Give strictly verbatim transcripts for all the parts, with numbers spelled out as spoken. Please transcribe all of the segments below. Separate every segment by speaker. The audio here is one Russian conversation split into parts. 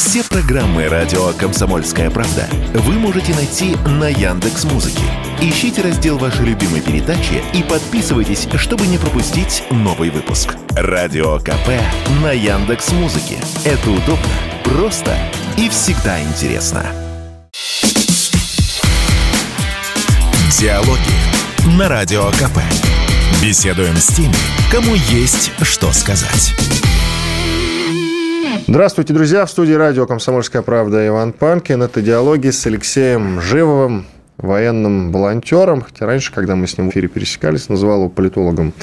Speaker 1: Все программы радио «Комсомольская правда» вы можете найти на Яндекс.Музыке. Ищите раздел вашей любимой передачи и подписывайтесь, чтобы не пропустить новый выпуск. Радио КП на Яндекс.Музыке. Это удобно, просто и всегда интересно. Диалоги на Радио КП. Беседуем с теми, кому есть что сказать.
Speaker 2: Здравствуйте, друзья. В студии радио «Комсомольская правда» Иван Панкин. Это диалоги с Алексеем Живовым, военным волонтером. Хотя раньше, когда мы с ним в эфире пересекались, называл его политологом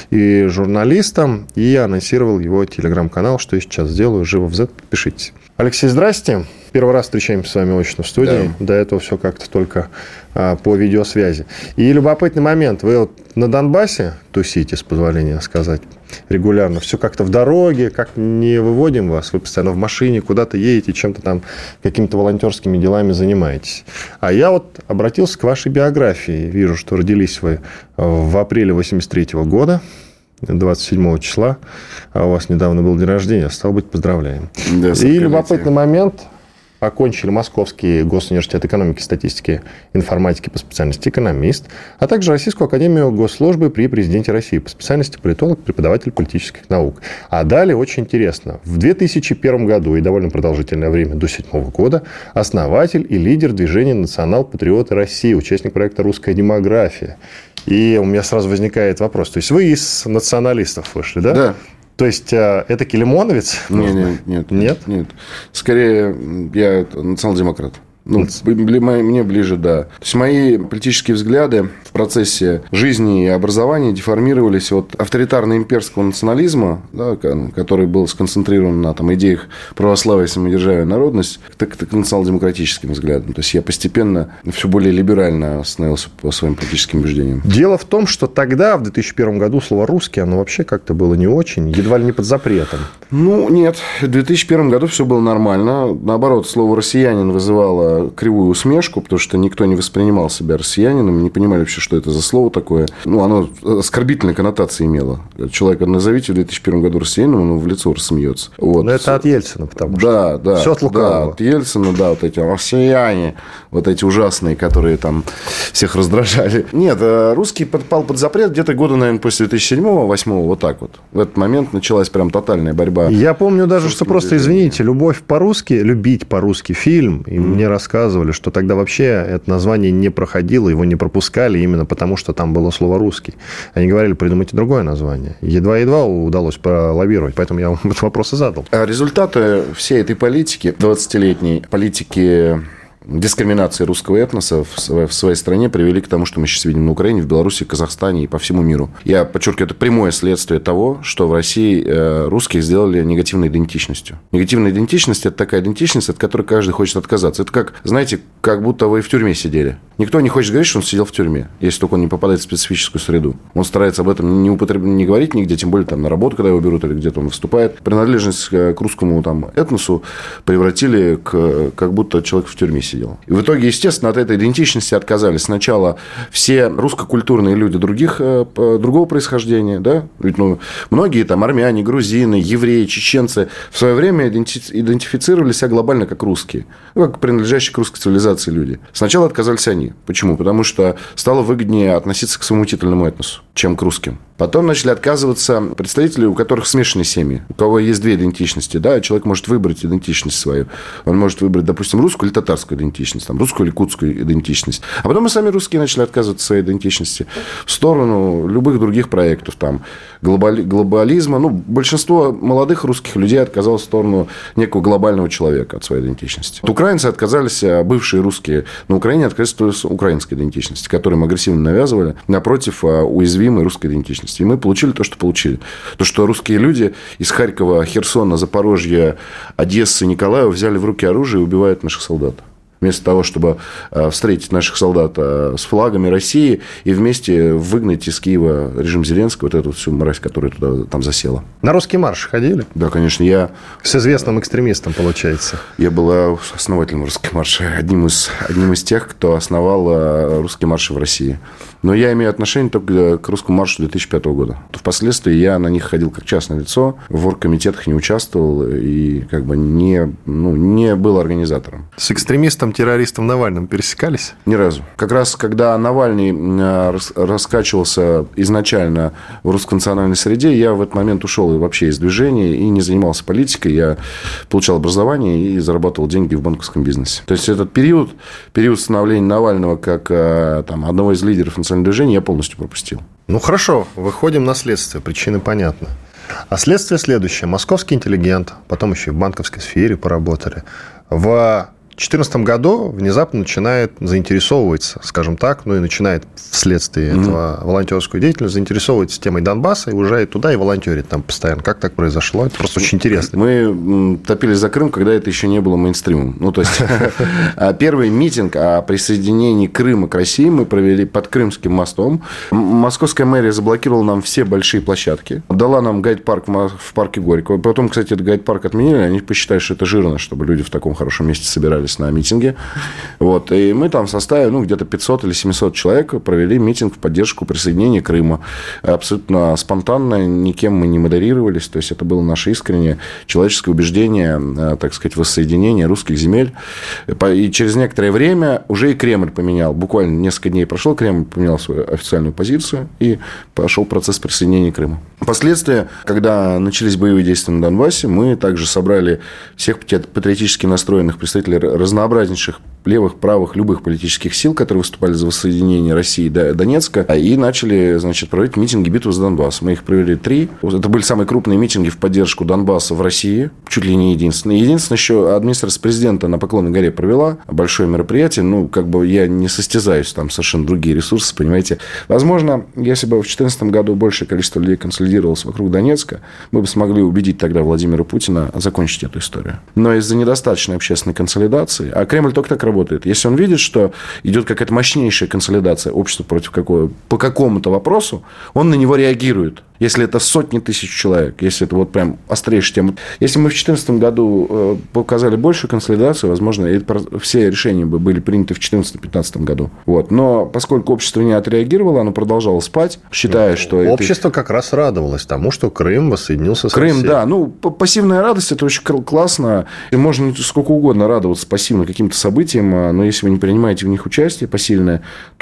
Speaker 2: и журналистом. И я анонсировал его телеграм-канал, что я сейчас сделаю. Живов З. Подпишитесь. Алексей, здрасте. Первый раз встречаемся с вами очно в студии. Да. До этого все как-то только а, по видеосвязи. И любопытный момент. Вы вот на Донбассе тусите, с позволения сказать, регулярно. Все как-то в дороге, как не выводим вас. Вы постоянно в машине, куда-то едете, чем-то там, какими-то волонтерскими делами занимаетесь. А я вот обратился к вашей биографии. Вижу, что родились вы в апреле восемьдесят третьего года. двадцать седьмого числа, а у вас недавно был день рождения, стало быть, поздравляем. Да, и любопытный момент. Окончили Московский госуниверситет экономики, статистики, информатики по специальности экономист, а также Российскую академию госслужбы при президенте России по специальности политолог, преподаватель политических наук. А далее очень интересно. В две тысячи первом году и довольно продолжительное время, до две тысячи седьмого года, основатель и лидер движения «Национал-патриоты России», участник проекта «Русская демография». И у меня сразу возникает вопрос. То есть, вы из националистов вышли, да? Да. То есть, это килимоновец?
Speaker 3: Нет, нет, нет, нет. Нет. Скорее, я национал-демократ. Ну, мне ближе, да. То есть, мои политические взгляды в процессе жизни и образования деформировались от авторитарно-имперского национализма, да, который был сконцентрирован на там, идеях православия, самодержавия, народность, так, так, к национал-демократическим взглядам. То есть, я постепенно все более либерально становился по своим политическим убеждениям.
Speaker 2: Дело в том, что тогда, в две тысячи первом году, слово «русский», оно вообще как-то было не очень, едва ли не под запретом.
Speaker 3: Ну, нет. В две тысячи первом году все было нормально. Наоборот, слово «россиянин» вызывало кривую усмешку, потому что никто не воспринимал себя россиянином, не понимали вообще, что это за слово такое. Ну, оно оскорбительные коннотации имело. Человека назовите в две тысячи первом году россиянином, он в лицо рассмеется. Вот.
Speaker 2: Но это от Ельцина, потому
Speaker 3: да,
Speaker 2: что
Speaker 3: да,
Speaker 2: все от лукавого.
Speaker 3: Да, от Ельцина, да, вот эти россияне, вот эти ужасные, которые там всех раздражали. Нет, русский подпал под запрет где-то года, наверное, после две тысячи седьмого — две тысячи восьмого, вот так вот. В этот момент началась прям тотальная борьба.
Speaker 2: Я помню даже, что просто, извините, любовь по-русски, любить по-русски фильм, и mm. мне рассказывали, что тогда вообще это название не проходило, его не пропускали именно потому, что там было слово «русский». Они говорили, придумайте другое название. Едва-едва удалось пролоббировать, поэтому я вам этот вопрос и задал.
Speaker 3: Результаты всей этой политики, двадцатилетней политики дискриминации русского этноса в своей стране привели к тому, что мы сейчас видим на Украине, в Беларуси, Казахстане и по всему миру. Я подчеркиваю, это прямое следствие того, что в России русских сделали негативной идентичностью. Негативная идентичность – это такая идентичность, от которой каждый хочет отказаться. Это как, знаете, как будто вы в тюрьме сидели. Никто не хочет говорить, что он сидел в тюрьме, если только он не попадает в специфическую среду. Он старается об этом не, употреб... не говорить нигде, тем более там, на работу, когда его берут или где-то он выступает. Принадлежность к русскому там, этносу превратили к... как будто человек в тюрьме сидел. И в итоге, естественно, от этой идентичности отказались сначала все русско-культурные люди других, другого происхождения. Да? Ведь, ну, многие там армяне, грузины, евреи, чеченцы в свое время идентифицировали себя глобально как русские, как принадлежащие к русской цивилизации люди. Сначала отказались они. Почему? Потому что стало выгоднее относиться к своему титульному этносу, чем к русским. Потом начали отказываться представители, у которых смешанные семьи, у кого есть две идентичности. Да? Человек может выбрать идентичность свою. Он может выбрать, допустим, русскую или татарскую идентичность, там, русскую или кутскую идентичность. А потом и сами русские начали отказываться от своей идентичности в сторону любых других проектов, там, глобали, глобализма. Ну, большинство молодых русских людей отказалось в сторону некого глобального человека от своей идентичности. Вот украинцы отказались, бывшие русские на Украине отказались от украинской идентичности, которую им агрессивно навязывали, напротив уязвимой русской идентичности. И мы получили то, что получили. То, что русские люди из Харькова, Херсона, Запорожья, Одессы, Николаева взяли в руки оружие и убивают наших солдат. Вместо того, чтобы встретить наших солдат с флагами России и вместе выгнать из Киева режим Зеленского, вот эту всю мразь, которая туда, там засела.
Speaker 2: На русский марш ходили?
Speaker 3: Да, конечно. Я...
Speaker 2: С известным экстремистом, получается.
Speaker 3: Я был основателем русского марша. Одним из, одним из тех, кто основал русские марши в России. Но я имею отношение только к русскому маршу две тысячи пятого года. Впоследствии я на них ходил как частное лицо, в оргкомитетах не участвовал и как бы не, ну, не был организатором.
Speaker 2: С экстремистом-террористом Навальным пересекались?
Speaker 3: Ни разу. Как раз, когда Навальный раскачивался изначально в русско-национальной среде, я в этот момент ушел вообще из движения и не занимался политикой. Я получал образование и зарабатывал деньги в банковском бизнесе. То есть, этот период, период становления Навального как там, одного из лидеров национального движения я полностью пропустил.
Speaker 2: Ну, хорошо. Выходим на следствие. Причины понятны. А следствие следующее. Московский интеллигент, потом еще и в банковской сфере поработали. В две тысячи четырнадцатом году внезапно начинает заинтересовываться, скажем так, ну и начинает вследствие mm-hmm. этого волонтерскую деятельность заинтересовываться темой Донбасса и уезжает туда и волонтерит там постоянно. Как так произошло? Это просто очень интересно.
Speaker 3: Мы топились за Крым, когда это еще не было мейнстримом. Ну, то есть, первый митинг о присоединении Крыма к России мы провели под Крымским мостом. Московская мэрия заблокировала нам все большие площадки, дала нам гайд-парк в парке Горького. Потом, кстати, этот гайд-парк отменили, они посчитали, что это жирно, чтобы люди в таком хорошем месте собирались на митинге. Вот. И мы там в составе ну, где-то пятьсот или семьсот человек провели митинг в поддержку присоединения Крыма. Абсолютно спонтанно, никем мы не модерировались. То есть, это было наше искреннее человеческое убеждение, так сказать, воссоединения русских земель. И через некоторое время уже и Кремль поменял. Буквально несколько дней прошло, Кремль поменял свою официальную позицию и пошел процесс присоединения Крыма. Впоследствии, когда начались боевые действия на Донбассе, мы также собрали всех патриотически настроенных представителей разнообразнейших левых, правых, любых политических сил, которые выступали за воссоединение России и Донецка, и начали, значит, проводить митинги «Битвы за Донбасс». Мы их провели три. Это были самые крупные митинги в поддержку Донбасса в России, чуть ли не единственные. Единственное, еще администрация президента на Поклонной горе провела большое мероприятие. Ну, как бы я не состязаюсь, там совершенно другие ресурсы, понимаете. Возможно, если бы в две тысячи четырнадцатом году большее количество людей консолидировалось вокруг Донецка, мы бы смогли убедить тогда Владимира Путина закончить эту историю. Но из-за недостаточной общественной консолидации, а Кремль только так работает. Если он видит, что идет какая-то мощнейшая консолидация общества против какого, по какому-то вопросу, он на него реагирует. Если это сотни тысяч человек, если это вот прям острейшая тема. Если мы в две тысячи четырнадцатом году показали большую консолидацию, возможно, все решения бы были приняты в две тысячи четырнадцатом-пятнадцатом году. Вот. Но поскольку общество не отреагировало, оно продолжало спать, считая, ну, что...
Speaker 2: Общество
Speaker 3: это...
Speaker 2: как раз радовалось тому, что Крым воссоединился с
Speaker 3: Крым,
Speaker 2: Россией.
Speaker 3: да. Ну, пассивная радость – это очень классно. И можно сколько угодно радоваться пассивно каким-то событиям, но если вы не принимаете в них участие пассивное,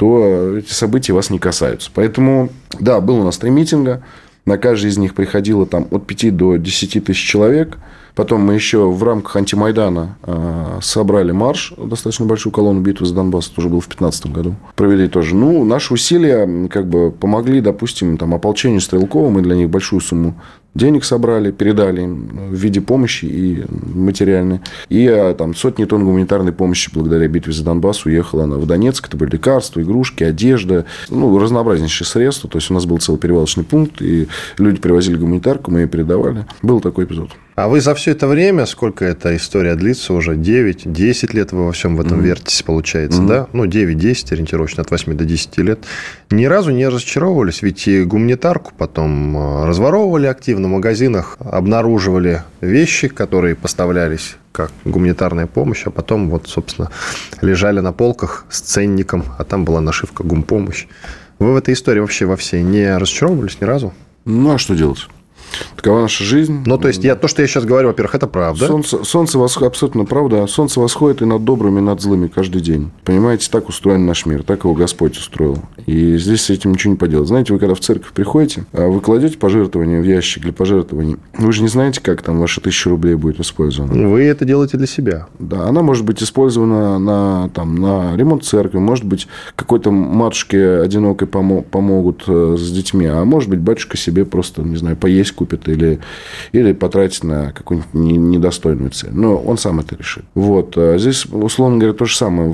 Speaker 3: то эти события вас не касаются. Поэтому, да, было у нас три митинга. На каждый из них приходило там, от пяти до десяти тысяч человек. Потом мы еще в рамках антимайдана э, собрали марш, достаточно большую колонну «Битвы за Донбасс», это уже было в две тысячи пятнадцатом году. Провели тоже. Ну, наши усилия как бы помогли, допустим, там, ополчению Стрелкова. Мы для них большую сумму денег собрали, передали им в виде помощи и материальной. И там, сотни тонн гуманитарной помощи благодаря «Битве за Донбасс» уехала она в Донецк. Это были лекарства, игрушки, одежда. Ну, разнообразнейшие средства. То есть, у нас был целый перевалочный пункт, и люди привозили гуманитарку, мы ее передавали. Был такой эпизод.
Speaker 2: А вы за все это время, сколько эта история длится, уже девять-десять лет вы во всем в этом mm-hmm. вертитесь, получается, mm-hmm. да? Ну, девять-десять ориентировочно, от восьми до десяти лет. Ни разу не разочаровывались, ведь и гуманитарку потом разворовывали активно в магазинах, обнаруживали вещи, которые поставлялись как гуманитарная помощь, а потом, вот, собственно, лежали на полках с ценником, а там была нашивка «Гумпомощь». Вы в этой истории вообще во всей не разочаровывались ни разу?
Speaker 3: Ну, а что делать? Такова наша жизнь.
Speaker 2: Ну, то есть, я, то, что я сейчас говорю, во-первых, это правда.
Speaker 3: Солнце, солнце восходит, абсолютно правда. Солнце восходит и над добрыми, и над злыми каждый день. Понимаете, так устроен наш мир, так его Господь устроил. И здесь с этим ничего не поделать. Знаете, вы когда в церковь приходите, вы кладете пожертвование в ящик для пожертвований, вы же не знаете, как там ваши тысяча рублей будет использована.
Speaker 2: Вы это делаете для себя.
Speaker 3: Да, она может быть использована на, там, на ремонт церкви, может быть, какой-то матушке одинокой помо- помогут с детьми, а может быть, батюшка себе просто, не знаю, поесть купит или, или потратить на какую-нибудь недостойную цель. Но он сам это решит. Вот. Здесь, условно говоря, то же самое. Вы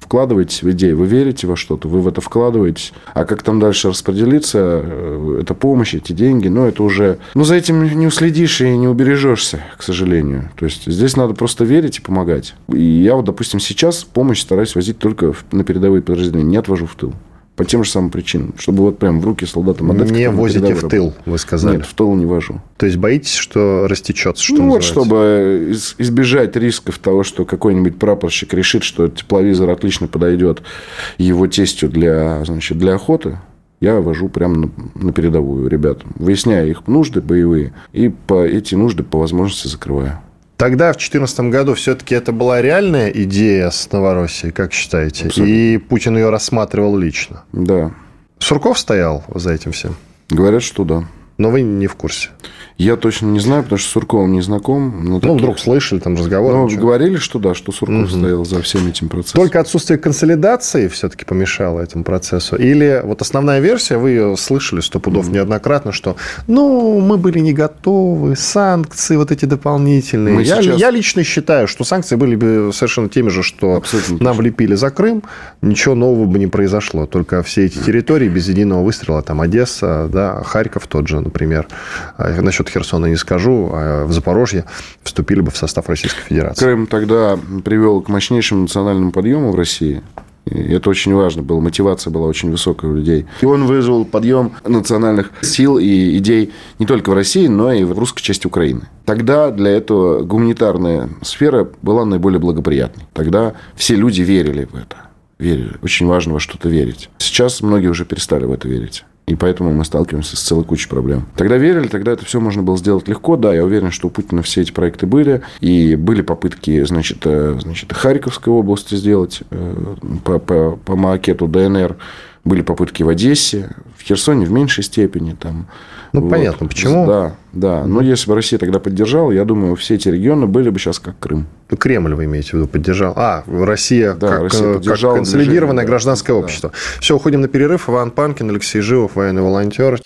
Speaker 3: вкладываетесь в идею, вы верите во что-то, вы в это вкладываетесь. А как там дальше распределиться, это помощь, эти деньги, ну, это уже... Ну, за этим не уследишь и не убережешься, к сожалению. То есть, здесь надо просто верить и помогать. И я вот, допустим, сейчас помощь стараюсь возить только на передовые подразделения, не отвожу в тыл. По тем же самым причинам. Чтобы вот прям в руки солдатам отдать.
Speaker 2: Не возите в тыл, вы сказали.
Speaker 3: Нет, в тыл не вожу.
Speaker 2: То есть, боитесь, что растечется, что
Speaker 3: Ну, вот,
Speaker 2: называется?
Speaker 3: чтобы избежать рисков того, что какой-нибудь прапорщик решит, что тепловизор отлично подойдет его тестю для, значит, для охоты, я вожу прямо на, на передовую ребятам. Выясняю их нужды боевые и по эти нужды по возможности закрываю.
Speaker 2: Тогда, в две тысячи четырнадцатом году, все-таки это была реальная идея с Новороссией, как считаете? Абсолютно. И Путин ее рассматривал лично?
Speaker 3: Да.
Speaker 2: Сурков стоял за этим всем?
Speaker 3: Говорят, что да.
Speaker 2: Но вы не в курсе? Я
Speaker 3: точно не знаю, потому что с Сурковым не знаком.
Speaker 2: Но ну, таких... вдруг слышали там разговор.
Speaker 3: Ну, говорили, что да, что Сурков угу. стоял за всем этим процессом.
Speaker 2: Только отсутствие консолидации все-таки помешало этому процессу? Или вот основная версия, вы ее слышали сто пудов угу. неоднократно, что ну, мы были не готовы, санкции вот эти дополнительные. Я, сейчас... я лично считаю, что санкции были бы совершенно теми же, что Абсолютно нам влепили за Крым, ничего нового бы не произошло. Только все эти территории без единого выстрела, там Одесса, да, Харьков тот же, например, насчет Херсона не скажу, а в Запорожье вступили бы в состав Российской Федерации.
Speaker 3: Крым тогда привел к мощнейшему национальному подъему в России. И это очень важно было. Мотивация была очень высокая у людей. И он вызвал подъем национальных сил и идей не только в России, но и в русской части Украины. Тогда для этого гуманитарная сфера была наиболее благоприятной. Тогда все люди верили в это. Верили. Очень важно во что-то верить. Сейчас многие уже перестали в это верить. И поэтому мы сталкиваемся с целой кучей проблем. Тогда верили, тогда это все можно было сделать легко. Да, я уверен, что у Путина все эти проекты были. И были попытки, значит, значит Харьковской области сделать по, по, по макету ДНР. Были попытки в Одессе, в Херсоне в меньшей степени. Там,
Speaker 2: ну, вот. Понятно, почему.
Speaker 3: Да, да. Но если бы Россия тогда поддержала, я думаю, все эти регионы были бы сейчас как Крым.
Speaker 2: Кремль, вы имеете в виду, поддержал. А, Россия,
Speaker 3: да,
Speaker 2: как,
Speaker 3: Россия
Speaker 2: как консолидированное
Speaker 3: движение,
Speaker 2: гражданское
Speaker 3: да,
Speaker 2: общество. Да. Все, уходим на перерыв. Иван Панкин, Алексей Живов, военный волонтер.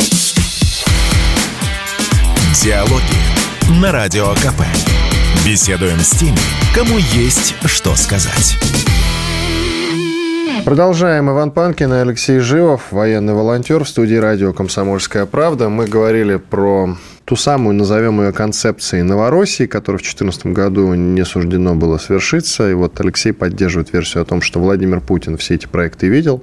Speaker 1: Диалоги на Радио КП. Беседуем с теми, кому есть что сказать.
Speaker 2: Продолжаем. Иван Панкин и Алексей Живов, военный волонтер, в студии радио «Комсомольская правда». Мы говорили про ту самую, назовем ее концепцией Новороссии, которой в две тысячи четырнадцатом году не суждено было свершиться. И вот Алексей поддерживает версию о том, что Владимир Путин все эти проекты видел.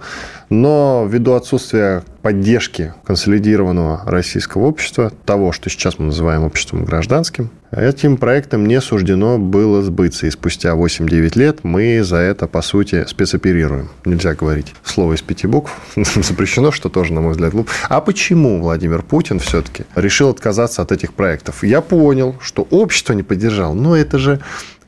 Speaker 2: Но ввиду отсутствия поддержки консолидированного российского общества, того, что сейчас мы называем обществом гражданским, этим проектам не суждено было сбыться. И спустя восемь-девять лет мы за это, по сути, спецоперируем. Нельзя говорить слово из пяти букв. Запрещено, что тоже, на мой взгляд, глупо. А почему Владимир Путин все-таки решил отказаться от этих проектов? Я понял, что общество не поддержало. Но это же,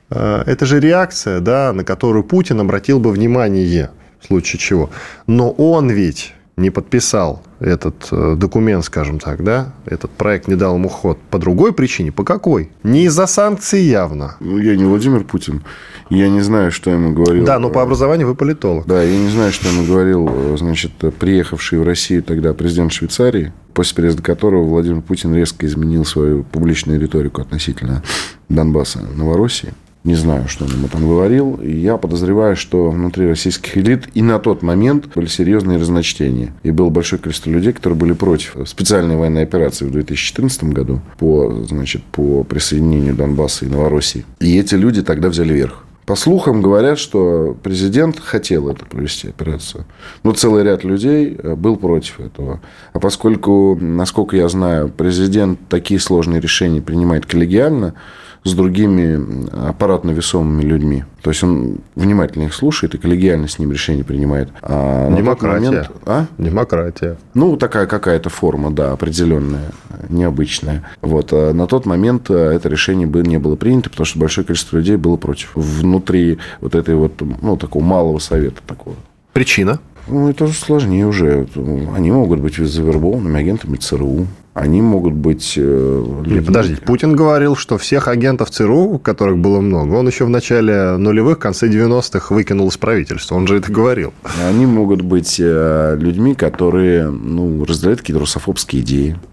Speaker 2: это же реакция, да, на которую Путин обратил бы внимание, в случае чего. Но он ведь не подписал этот документ, скажем так, да, этот проект не дал ему ход по другой причине. По какой? Не из-за санкций явно.
Speaker 3: Ну, я не Владимир Путин. Я не знаю, что ему говорил.
Speaker 2: Да, но по образованию вы политолог.
Speaker 3: Да, я не знаю, что ему говорил, значит, приехавший в Россию тогда президент Швейцарии, после приезда которого Владимир Путин резко изменил свою публичную риторику относительно Донбасса, Новороссии. Не знаю, что он ему там говорил. И я подозреваю, что внутри российских элит и на тот момент были серьезные разночтения. И было большое количество людей, которые были против специальной военной операции в две тысячи четырнадцатом году по, значит, по присоединению Донбасса и Новороссии. И эти люди тогда взяли верх. По слухам говорят, что президент хотел это провести операцию. Но целый ряд людей был против этого. А поскольку, насколько я знаю, президент такие сложные решения принимает коллегиально, с другими аппаратно весомыми людьми. То есть, он внимательно их слушает и коллегиально с ним решение принимает. А
Speaker 2: Демократия.
Speaker 3: Момент... А?
Speaker 2: Демократия.
Speaker 3: Ну, такая какая-то форма, да, определенная, необычная. Вот. А на тот момент это решение не было принято, потому что большое количество людей было против. Внутри вот этой вот, ну, такого малого совета такого.
Speaker 2: Причина?
Speaker 3: Ну, это сложнее уже. Они могут быть завербованными агентами ЦРУ. Они могут быть...
Speaker 2: Людьми... Подождите, Путин говорил, что всех агентов ЦРУ, которых было много, он еще в начале нулевых, в конце девяностых выкинул из правительства. Он же это говорил.
Speaker 3: Они могут быть людьми, которые, ну, разделяют какие-то русофобские идеи.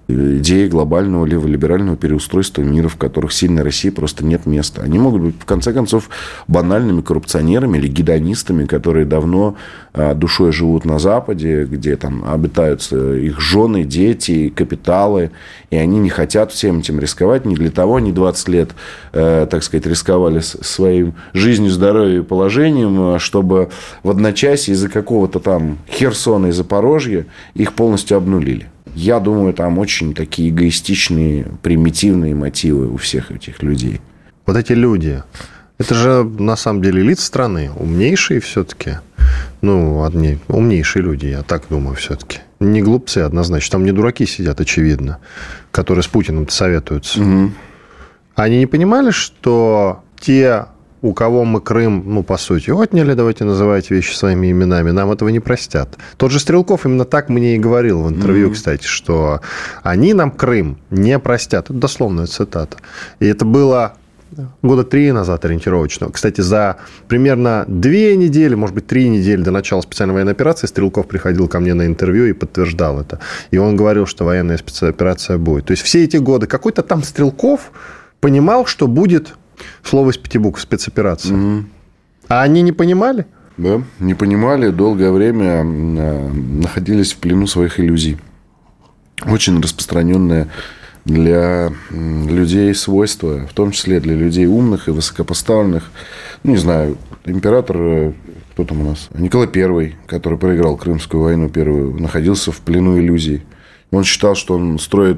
Speaker 3: идеи глобального леволиберального переустройства мира, в которых сильной России просто нет места. Они могут быть, в конце концов, банальными коррупционерами или гедонистами, которые давно душой живут на Западе, где там обитаются их жены, дети, капиталы, и они не хотят всем этим рисковать. Не для того они двадцать лет, так сказать, рисковали своей жизнью, здоровьем и положением, чтобы в одночасье из-за какого-то там Херсона и Запорожья их полностью обнулили. Я думаю, там очень такие эгоистичные, примитивные мотивы у всех этих людей.
Speaker 2: Вот эти люди, это же на самом деле элита страны, умнейшие все-таки. Ну, одни умнейшие люди, я так думаю все-таки. Не глупцы однозначно. Там не дураки сидят, очевидно, которые с Путиным советуются. Угу. Они не понимали, что те, у кого мы Крым, ну, по сути, отняли, давайте называть вещи своими именами, нам этого не простят. Тот же Стрелков именно так мне и говорил в интервью, mm-hmm. кстати, что они нам Крым не простят. Это дословная цитата. И это было года три назад ориентировочно. Кстати, за примерно две недели, может быть, три недели до начала специальной военной операции Стрелков приходил ко мне на интервью и подтверждал это. И он говорил, что военная спецоперация будет. То есть все эти годы какой-то там Стрелков понимал, что будет... Слово из пяти букв, спецоперация. Угу. А они не понимали?
Speaker 3: Да, не понимали. Долгое время находились в плену своих иллюзий. Очень распространенное для людей свойство, в том числе для людей умных и высокопоставленных. Ну, не знаю, император, кто там у нас? Николай Первый, который проиграл Крымскую войну первую, находился в плену иллюзий. Он считал, что он строит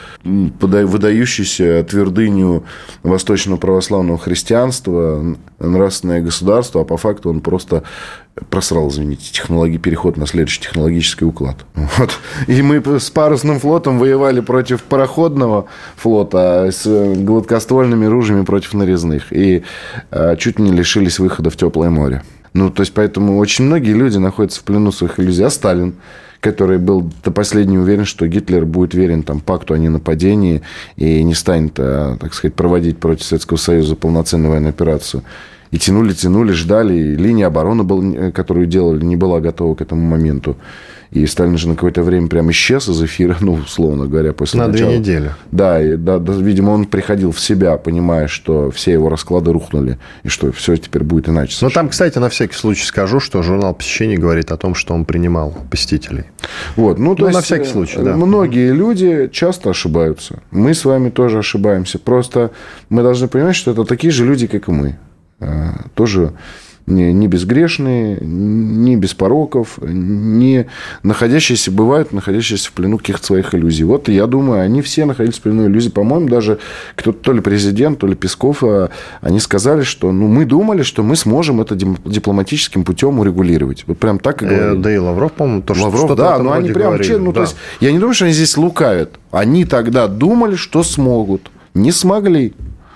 Speaker 3: выдающуюся твердыню восточного православного христианства, нравственное государство, а по факту он просто просрал, извините, технологии, переход на следующий технологический уклад. Вот. И мы с парусным флотом воевали против пароходного флота, а с гладкоствольными ружьями против нарезных. И чуть не лишились выхода в теплое море. Ну, то есть, поэтому очень многие люди находятся в плену своих иллюзий. А Сталин, который был до последнего уверен, что Гитлер будет верен там, пакту о ненападении и не станет, так сказать, проводить против Советского Союза полноценную военную операцию. И тянули, тянули, ждали. И линия обороны, был, которую делали, не была готова к этому моменту. И Сталин же на какое-то время прям исчез из эфира, ну, условно говоря, после
Speaker 2: на
Speaker 3: начала.
Speaker 2: две недели.
Speaker 3: Да, и, да, да, видимо, он приходил в себя, понимая, что все его расклады рухнули, и что все теперь будет иначе.
Speaker 2: Но там, кстати, на всякий случай скажу, что журнал «Посещений» говорит о том, что он принимал посетителей.
Speaker 3: Вот, ну, то
Speaker 2: ну
Speaker 3: есть,
Speaker 2: на всякий случай, да.
Speaker 3: Многие люди часто ошибаются. Мы с вами тоже ошибаемся. Просто мы должны понимать, что это такие же люди, как и мы. Тоже... Не, не безгрешные, не без пороков, не находящиеся, бывают находящиеся в плену каких-то своих иллюзий. Вот я думаю, они все находились в плену иллюзий. По-моему, даже кто-то, то ли президент, то ли Песков, они сказали, что ну, мы думали, что мы сможем это дипломатическим путем урегулировать. Вот прям так и говорили.
Speaker 2: Да и Лавров, по-моему, тоже
Speaker 3: Лавров, что-то да, но они прям... Говорили, ну, да. То есть, я не думаю, что они здесь лукавят. Они тогда думали, что смогут. Не смогли.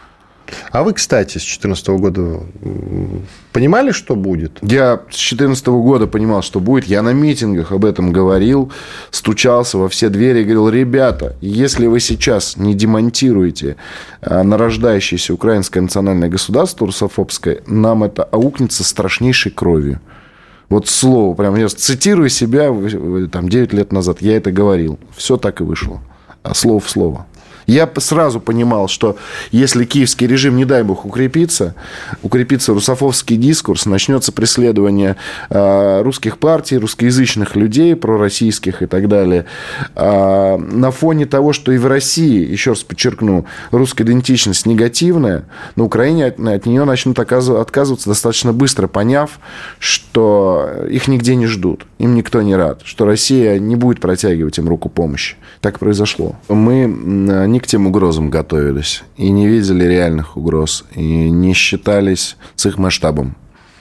Speaker 2: А вы, кстати, с две тысячи четырнадцатого года понимали, что будет?
Speaker 3: Я с две тысячи четырнадцатого года понимал, что будет. Я на митингах об этом говорил, стучался во все двери и говорил: ребята, если вы сейчас не демонтируете нарождающееся украинское национальное государство русофобское, нам это аукнется страшнейшей кровью. Вот слово, прям я цитирую себя там, девять лет назад, я это говорил. Все так и вышло. Слово в слово. Я сразу понимал, что если киевский режим, не дай бог, укрепится, укрепится русофобский дискурс, начнется преследование э, русских партий, русскоязычных людей, пророссийских и так далее, э, на фоне того, что и в России, еще раз подчеркну, русская идентичность негативная, на Украине от, от нее начнут отказываться достаточно быстро, поняв, что их нигде не ждут, им никто не рад, что Россия не будет протягивать им руку помощи. Так произошло. Мы не к тем угрозам готовились и не видели реальных угроз, и не считались с их масштабом.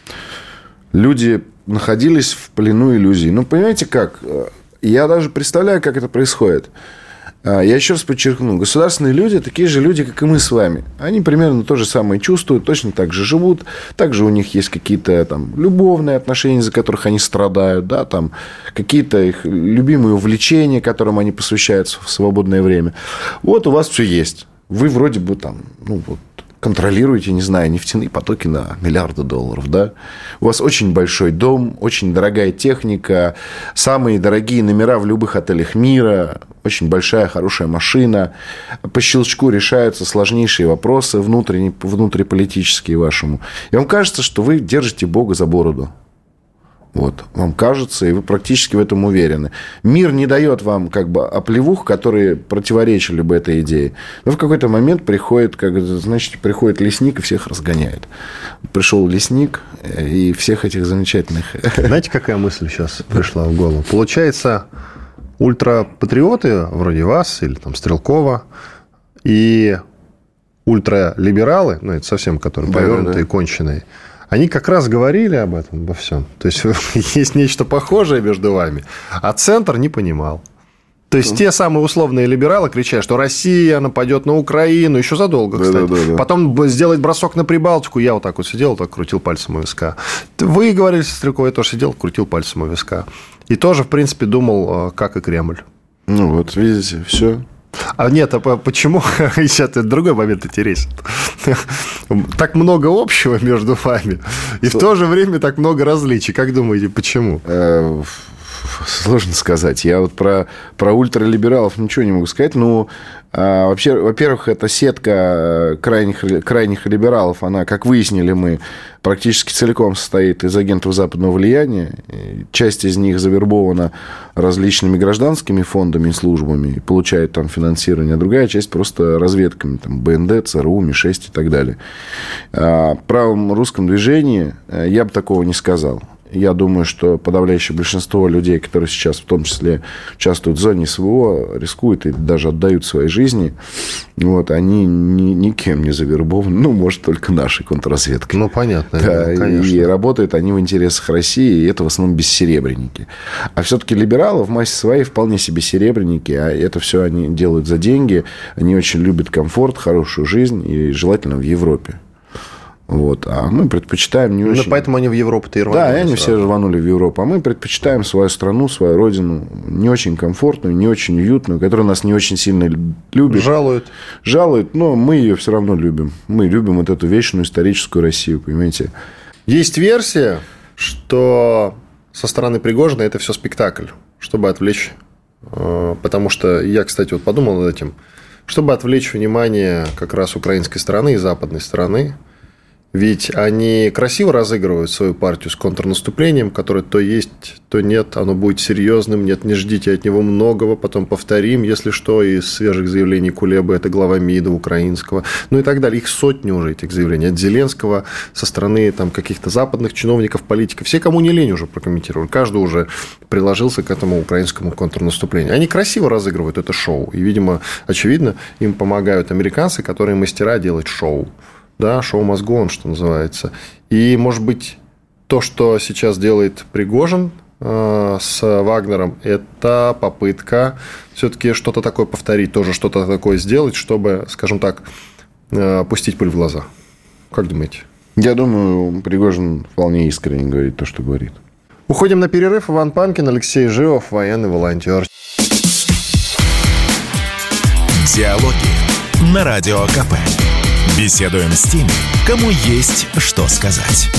Speaker 3: Люди находились в плену иллюзий. Ну, понимаете как? Я даже представляю, как это происходит. Я еще раз подчеркну, государственные люди такие же люди, как и мы с вами. Они примерно то же самое чувствуют, точно так же живут. Также у них есть какие-то там любовные отношения, из-за которых они страдают, да, там какие-то их любимые увлечения, которым они посвящаются в свободное время. Вот у вас все есть. Вы вроде бы там, ну вот, контролируете, не знаю, нефтяные потоки на миллиарды долларов, да? У вас очень большой дом, очень дорогая техника, самые дорогие номера в любых отелях мира, очень большая, хорошая машина. По щелчку решаются сложнейшие вопросы внутренне, внутриполитические вашему. И вам кажется, что вы держите Бога за бороду. Вот, вам кажется, и вы практически в этом уверены. Мир не дает вам как бы оплевух, которые противоречили бы этой идее. Но в какой-то момент приходит, как, значит, приходит лесник и всех разгоняет. Пришел лесник и всех этих замечательных...
Speaker 2: Знаете, какая мысль сейчас пришла в голову? Получается, ультрапатриоты вроде вас или там Стрелкова и ультралибералы, ну, это совсем которые
Speaker 3: да,
Speaker 2: повернутые
Speaker 3: да, да.
Speaker 2: и конченые, они как раз говорили об этом, обо всем. То есть, есть нечто похожее между вами, а центр не понимал. То есть, те самые условные либералы кричат, что Россия нападет на Украину, еще задолго, кстати. Да, да, да. Потом сделать бросок на Прибалтику. Я вот так вот сидел, так крутил пальцем у виска. Вы говорили со Стрелковой, я тоже сидел, крутил пальцем у виска. И тоже, в принципе, думал, как и Кремль.
Speaker 3: Ну, вот, видите, все.
Speaker 2: А нет, а почему? Сейчас это другой момент интересен. Так много общего между вами, и в то же время так много различий. Как думаете, почему?
Speaker 3: Сложно сказать. Я вот про, про ультралибералов ничего не могу сказать. Ну, а, вообще, во-первых, эта сетка крайних, крайних либералов, она, как выяснили мы, практически целиком состоит из агентов западного влияния. Часть из них завербована различными гражданскими фондами и службами и получает там финансирование, а другая часть просто разведками, там, БНД, ЦРУ, Ми шесть и так далее. О правом русском движении я бы такого не сказал. Я думаю, что подавляющее большинство людей, которые сейчас в том числе участвуют в зоне СВО, рискуют и даже отдают свои жизни, вот, они ни, никем не завербованы, ну, может, только нашей контрразведкой.
Speaker 2: Ну, понятно.
Speaker 3: Да,
Speaker 2: конечно.
Speaker 3: И работают они в интересах России, и это в основном бессеребренники. А все-таки либералы в массе своей вполне себе серебряники, а это все они делают за деньги, они очень любят комфорт, хорошую жизнь, и желательно в Европе. Вот. А мы предпочитаем не
Speaker 2: ну,
Speaker 3: очень...
Speaker 2: поэтому они в Европу-то и рванули.
Speaker 3: Да, и они все рванули в Европу. А мы предпочитаем свою страну, свою родину, не очень комфортную, не очень уютную, которая нас не очень сильно любит.
Speaker 2: Жалуют.
Speaker 3: Жалуют, но мы ее все равно любим. Мы любим вот эту вечную историческую Россию, понимаете?
Speaker 2: Есть версия, что со стороны Пригожина это все спектакль, чтобы отвлечь... Потому что я, кстати, вот подумал над этим. Чтобы отвлечь внимание как раз украинской стороны и западной стороны. Ведь они красиво разыгрывают свою партию с контрнаступлением, которое то есть, то нет, оно будет серьезным, нет, не ждите от него многого, потом повторим, если что, из свежих заявлений Кулебы, это глава МИДа украинского, ну и так далее. Их сотни уже, этих заявлений, от Зеленского, со стороны там, каких-то западных чиновников, политиков, все, кому не лень, уже прокомментировали, каждый уже приложился к этому украинскому контрнаступлению. Они красиво разыгрывают это шоу, и, видимо, очевидно, им помогают американцы, которые мастера делать шоу. Да, шоу мозгон, что называется. И, может быть, то, что сейчас делает Пригожин э, с Вагнером, это попытка все-таки что-то такое повторить, тоже что-то такое сделать, чтобы, скажем так, э, пустить пыль в глаза. Как думаете?
Speaker 3: Я думаю, Пригожин вполне искренне говорит то, что говорит.
Speaker 2: Уходим на перерыв. Иван Панкин, Алексей Живов, военный волонтер.
Speaker 1: Диалоги на Радио КП. Беседуем с теми, кому есть что сказать.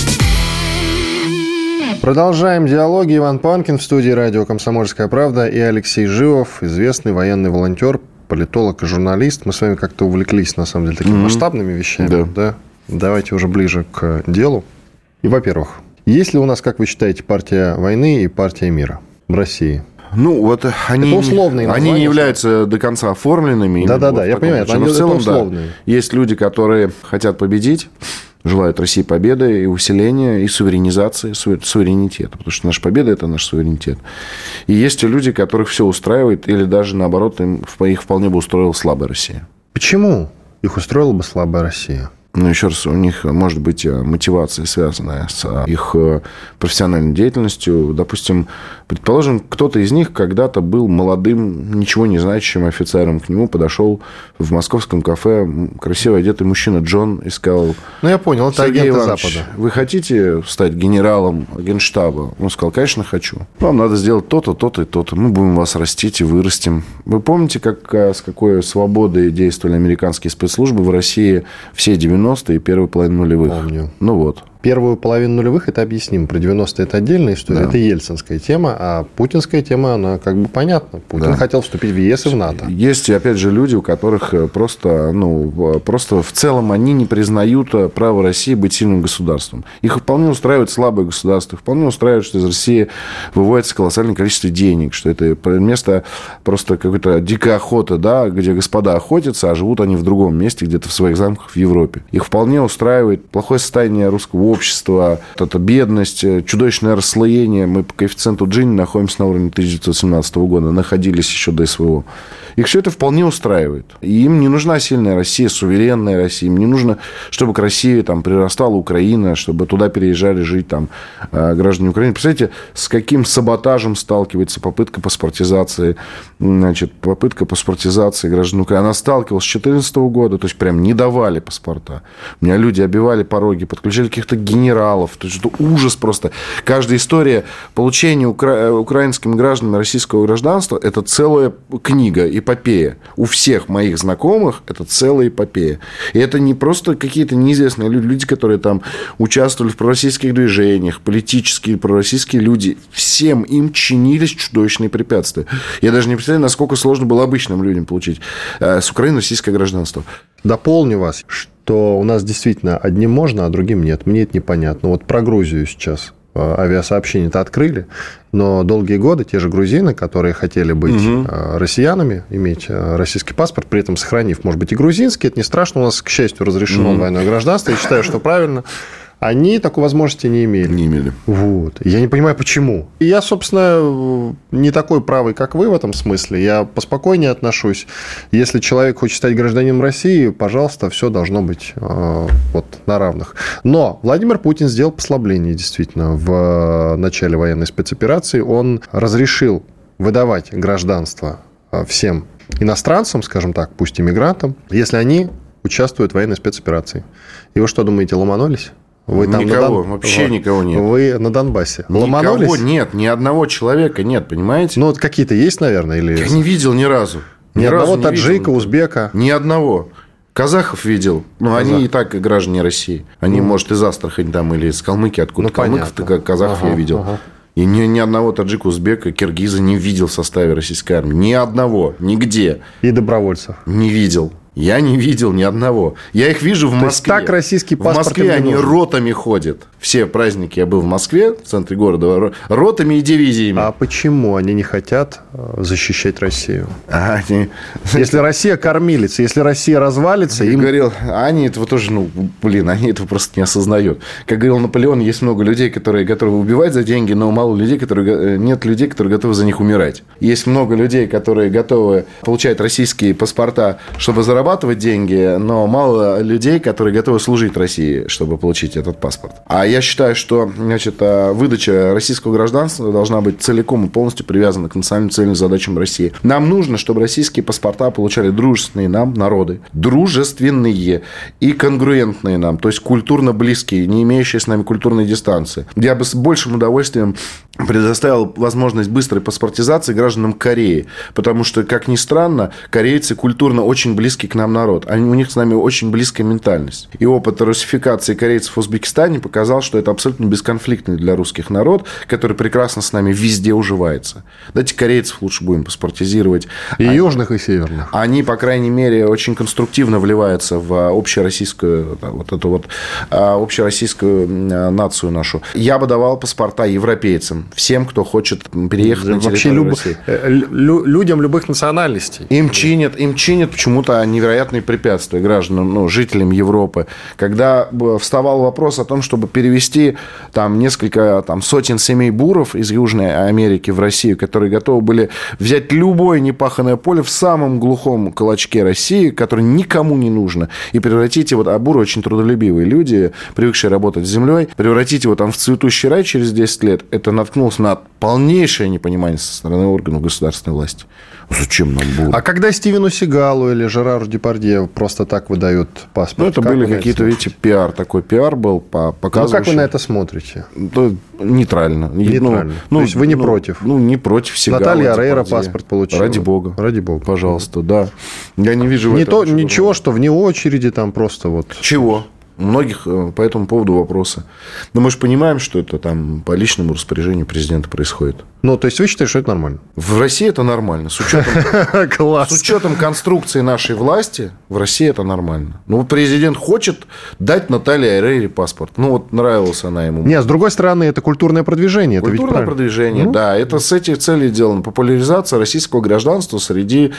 Speaker 2: Продолжаем диалоги. Иван Панкин в студии радио «Комсомольская правда» и Алексей Живов, известный военный волонтер, политолог и журналист. Мы с вами как-то увлеклись, на самом деле, такими mm-hmm. масштабными вещами. Да. Да? Давайте уже ближе к делу. И, во-первых, есть ли у нас, как вы считаете, партия войны и партия мира в России?
Speaker 3: Ну, вот они,
Speaker 2: условные
Speaker 3: они не являются до конца оформленными.
Speaker 2: Да-да-да, я понимаю.
Speaker 3: Но в целом, да, есть люди, которые хотят победить, желают России победы и усиления, и суверенизации, суверенитета. Потому что наша победа – это наш суверенитет. И есть люди, которых все устраивает, или даже, наоборот, им, их вполне бы устроила слабая Россия.
Speaker 2: Почему их устроила бы слабая Россия?
Speaker 3: Но еще раз, у них может быть мотивация, связанная с их профессиональной деятельностью. Допустим, предположим, кто-то из них когда-то был молодым, ничего не значащим офицером. К нему подошел в московском кафе красиво одетый мужчина Джон и сказал:
Speaker 2: ну, я понял, это агенты Запада.
Speaker 3: Вы хотите стать генералом Генштаба? Он сказал: конечно, хочу. Вам надо сделать то-то, то-то и то-то. Мы будем вас растить и вырастим. Вы помните, как, с какой свободой действовали американские спецслужбы в России все девяностые девяностые и первую половину нулевых.
Speaker 2: Помню.
Speaker 3: Ну вот.
Speaker 2: Первую половину нулевых это объясним. Про девяностые это отдельная история. Да. Это ельцинская тема, а путинская тема, она как бы понятна. Путин да. хотел вступить в ЕС и в НАТО.
Speaker 3: Есть, опять же, люди, у которых просто, ну, просто в целом они не признают право России быть сильным государством. Их вполне устраивает слабое государство. Их вполне устраивает, что из России выводится колоссальное количество денег, что это место просто какой-то дикой охоты, да, где господа охотятся, а живут они в другом месте, где-то в своих замках в Европе. Их вполне устраивает плохое состояние русского общества, вот эта бедность, чудовищное расслоение. Мы по коэффициенту Джини находимся на уровне тысяча девятьсот семнадцатого года, находились еще до СВО. Их все это вполне устраивает. И им не нужна сильная Россия, суверенная Россия. Им не нужно, чтобы к России там прирастала Украина, чтобы туда переезжали жить там граждане Украины. Представляете, с каким саботажем сталкивается попытка паспортизации, значит, попытка паспортизации граждан Украины. Она сталкивалась с две тысячи четырнадцатого года, то есть прям не давали паспорта. У меня люди обивали пороги, подключали каких-то генералов. То есть это ужас просто. Каждая история получения укра... украинскими гражданами российского гражданства – это целая книга, эпопея. У всех моих знакомых это целая эпопея. И это не просто какие-то неизвестные люди, люди, которые там участвовали в пророссийских движениях, политические пророссийские люди. Всем им чинились чудовищные препятствия. Я даже не представляю, насколько сложно было обычным людям получить с Украины российское гражданство.
Speaker 2: Дополню вас, что у нас действительно одним можно, а другим нет. Мне это непонятно. Вот про Грузию сейчас авиасообщение-то открыли, но долгие годы те же грузины, которые хотели быть угу. россиянами, иметь российский паспорт, при этом сохранив, может быть, и грузинский, это не страшно, у нас, к счастью, разрешено угу. двойное гражданство, я считаю, что правильно. Они такой возможности не имели.
Speaker 3: Не имели.
Speaker 2: Вот. Я не понимаю, почему. И я, собственно, не такой правый, как вы в этом смысле. Я поспокойнее отношусь. Если человек хочет стать гражданином России, пожалуйста, все должно быть э, вот, на равных. Но Владимир Путин сделал послабление, действительно, в начале военной спецоперации. Он разрешил выдавать гражданство всем иностранцам, скажем так, пусть иммигрантам, если они участвуют в военной спецоперации. И вы что думаете, ломанулись? Вы там
Speaker 3: никого,
Speaker 2: Дон...
Speaker 3: вообще
Speaker 2: вот.
Speaker 3: никого нет.
Speaker 2: Вы на Донбассе. Ломанулись?
Speaker 3: Никого нет, ни одного человека нет, понимаете?
Speaker 2: Ну, вот какие-то есть, наверное? Или...
Speaker 3: Я не видел ни разу.
Speaker 2: Ни, ни одного
Speaker 3: разу
Speaker 2: таджика,
Speaker 3: видел.
Speaker 2: узбека?
Speaker 3: Ни одного. Казахов видел. Но Казах. Они и так граждане России. Они, mm. может, из Астрахани там или из Калмыкии, откуда. Ну, Калмыков-то, как казахов ага, я видел. Ага. И ни, ни одного таджика, узбека, киргиза не видел в составе российской армии. Ни одного. Нигде.
Speaker 2: И добровольцев?
Speaker 3: Не видел. Я не видел ни одного. Я их вижу в
Speaker 2: То
Speaker 3: Москве.
Speaker 2: Так российский паспорт.
Speaker 3: В Москве они нужен. Ротами ходят. Все праздники я был в Москве, в центре города, ротами и дивизиями.
Speaker 2: А почему они не хотят защищать Россию?
Speaker 3: А, они...
Speaker 2: Если Россия кормилица, если Россия развалится...
Speaker 3: Я
Speaker 2: им...
Speaker 3: говорил, они этого тоже, ну, блин, они этого просто не осознают. Как говорил Наполеон, есть много людей, которые готовы убивать за деньги, но мало людей, которые... нет людей, которые готовы за них умирать. Есть много людей, которые готовы получать российские паспорта, чтобы зарабатывать деньги, но мало людей, которые готовы служить России, чтобы получить этот паспорт. А я считаю, что, значит, выдача российского гражданства должна быть целиком и полностью привязана к национальным целям и задачам России. Нам нужно, чтобы российские паспорта получали дружественные нам народы. Дружественные и конгруентные нам, то есть культурно близкие, не имеющие с нами культурной дистанции. Я бы с большим удовольствием предоставил возможность быстрой паспортизации гражданам Кореи, потому что, как ни странно, корейцы культурно очень близкий к нам народ. Они, у них с нами очень близкая ментальность. И опыт русификации корейцев в Узбекистане показал, что это абсолютно бесконфликтный для русских народ, который прекрасно с нами везде уживается. Давайте корейцев лучше будем паспортизировать.
Speaker 2: И
Speaker 3: они,
Speaker 2: южных, и северных.
Speaker 3: Они, по крайней мере, очень конструктивно вливаются в общероссийскую, вот эту вот общероссийскую нацию нашу. Я бы давал паспорта европейцам, всем, кто хочет переехать на территорию России.
Speaker 2: Лю- людям любых национальностей.
Speaker 3: Им чинят, им чинят почему-то невероятные препятствия гражданам, ну, жителям Европы. Когда вставал вопрос о том, чтобы перевести там несколько там, сотен семей буров из Южной Америки в Россию, которые готовы были взять любое непаханное поле в самом глухом клочке России, которое никому не нужно, и превратить его, а буры очень трудолюбивые люди, привыкшие работать с землей, превратить его там в цветущий рай через десять лет, это наткнулся на полнейшее непонимание со стороны органов государственной власти. Зачем нам было?
Speaker 2: А когда Стивену Сигалу или Жерару Депардье просто так выдают паспорт?
Speaker 3: Ну, это были какие-то, видите, пиар. Такой пиар был, показывающий...
Speaker 2: Ну, как вы на это смотрите?
Speaker 3: Да, нейтрально.
Speaker 2: Нейтрально.
Speaker 3: Ну,
Speaker 2: То есть вы не
Speaker 3: ну,
Speaker 2: против?
Speaker 3: Ну, не против Сигала.
Speaker 2: Наталья Орейро паспорт получила.
Speaker 3: Ради бога.
Speaker 2: Ради бога.
Speaker 3: Пожалуйста, да. Я не вижу...
Speaker 2: Не то, ничего, что вне очереди там просто вот...
Speaker 3: Чего? У многих по этому поводу вопросы. Но мы же понимаем, что это там по личному распоряжению президента происходит.
Speaker 2: Ну, то есть вы считаете, что это нормально?
Speaker 3: В России это нормально. С учетом,
Speaker 2: Класс.
Speaker 3: с учетом конструкции нашей власти, в России это нормально. Ну, президент хочет дать Наталье Орейро паспорт. Ну, вот нравилась она ему.
Speaker 2: Нет, с другой стороны, это культурное продвижение.
Speaker 3: Культурное
Speaker 2: это ведь
Speaker 3: продвижение, ну? Да. Это с этих целей сделано. Популяризация российского гражданства среди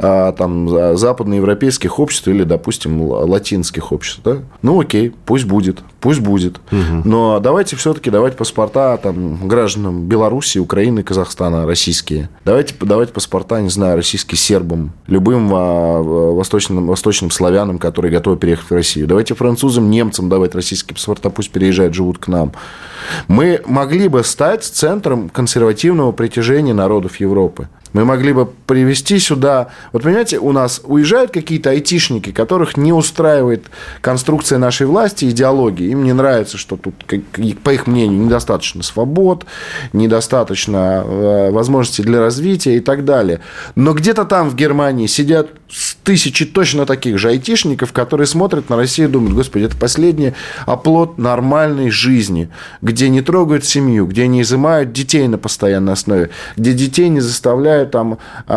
Speaker 3: там, западноевропейских обществ или, допустим, латинских обществ. Да? Ну, окей, пусть будет. Пусть будет. Угу. Но давайте все-таки давать паспорта там, гражданам Беларуси, Украины, Казахстана, российские. Давайте давать паспорта, не знаю, российским сербам, любым а, восточным, восточным славянам, которые готовы переехать в Россию. Давайте французам, немцам давать российские паспорта, пусть переезжают, живут к нам. Мы могли бы стать центром консервативного притяжения народов Европы. Мы могли бы привести сюда... Вот, понимаете, у нас уезжают какие-то айтишники, которых не устраивает конструкция нашей власти, идеологии. Им не нравится, что тут, по их мнению, недостаточно свобод, недостаточно возможностей для развития и так далее. Но где-то там, в Германии, сидят тысячи точно таких же айтишников, которые смотрят на Россию и думают: господи, это последний оплот нормальной жизни, где не трогают семью, где не изымают детей на постоянной основе, где детей не заставляют там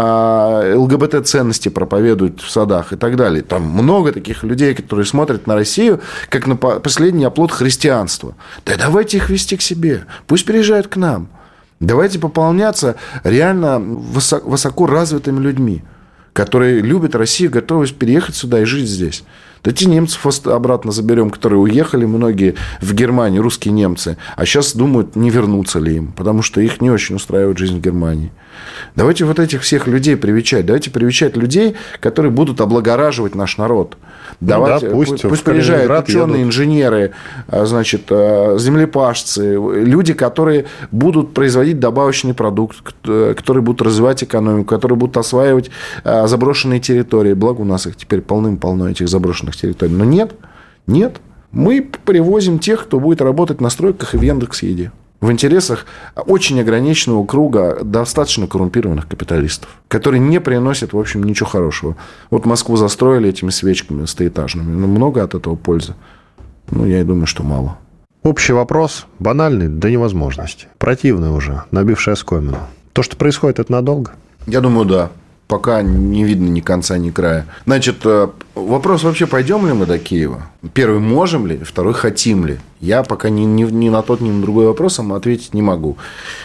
Speaker 3: ЛГБТ-ценности проповедуют в садах и так далее. Там много таких людей, которые смотрят на Россию как на последний оплот христианства. Да давайте их вести к себе. Пусть переезжают к нам. Давайте пополняться реально высоко развитыми людьми, которые любят Россию, готовы переехать сюда и жить здесь. Да те немцев обратно заберем, которые уехали, многие в Германию, русские немцы, а сейчас думают, не вернуться ли им, потому что их не очень устраивает жизнь в Германии. Давайте вот этих всех людей привечать. Давайте привечать людей, которые будут облагораживать наш народ. Давайте,
Speaker 2: ну да, пусть
Speaker 3: пусть приезжают ученые, едут. Инженеры, значит, землепашцы, люди, которые будут производить добавочный продукт, которые будут развивать экономику, которые будут осваивать заброшенные территории. Благо у нас их теперь полным-полно, этих заброшенных территорий. Но нет, нет. Мы привозим тех, кто будет работать на стройках и в Яндекс.Еде. В интересах очень ограниченного круга достаточно коррумпированных капиталистов, которые не приносят, в общем, ничего хорошего. Вот Москву застроили этими свечками стоэтажными. Но много от этого пользы? Ну, я и думаю, что мало.
Speaker 2: Общий вопрос, банальный до невозможности. Противный уже, набивший оскомину. То, что происходит, это надолго?
Speaker 3: Я думаю, да. Пока не видно ни конца, ни края. Значит, вопрос вообще, пойдем ли мы до Киева? Первый, можем ли? Второй, хотим ли? Я пока ни, ни, ни на тот, ни на другой вопрос ответить не могу.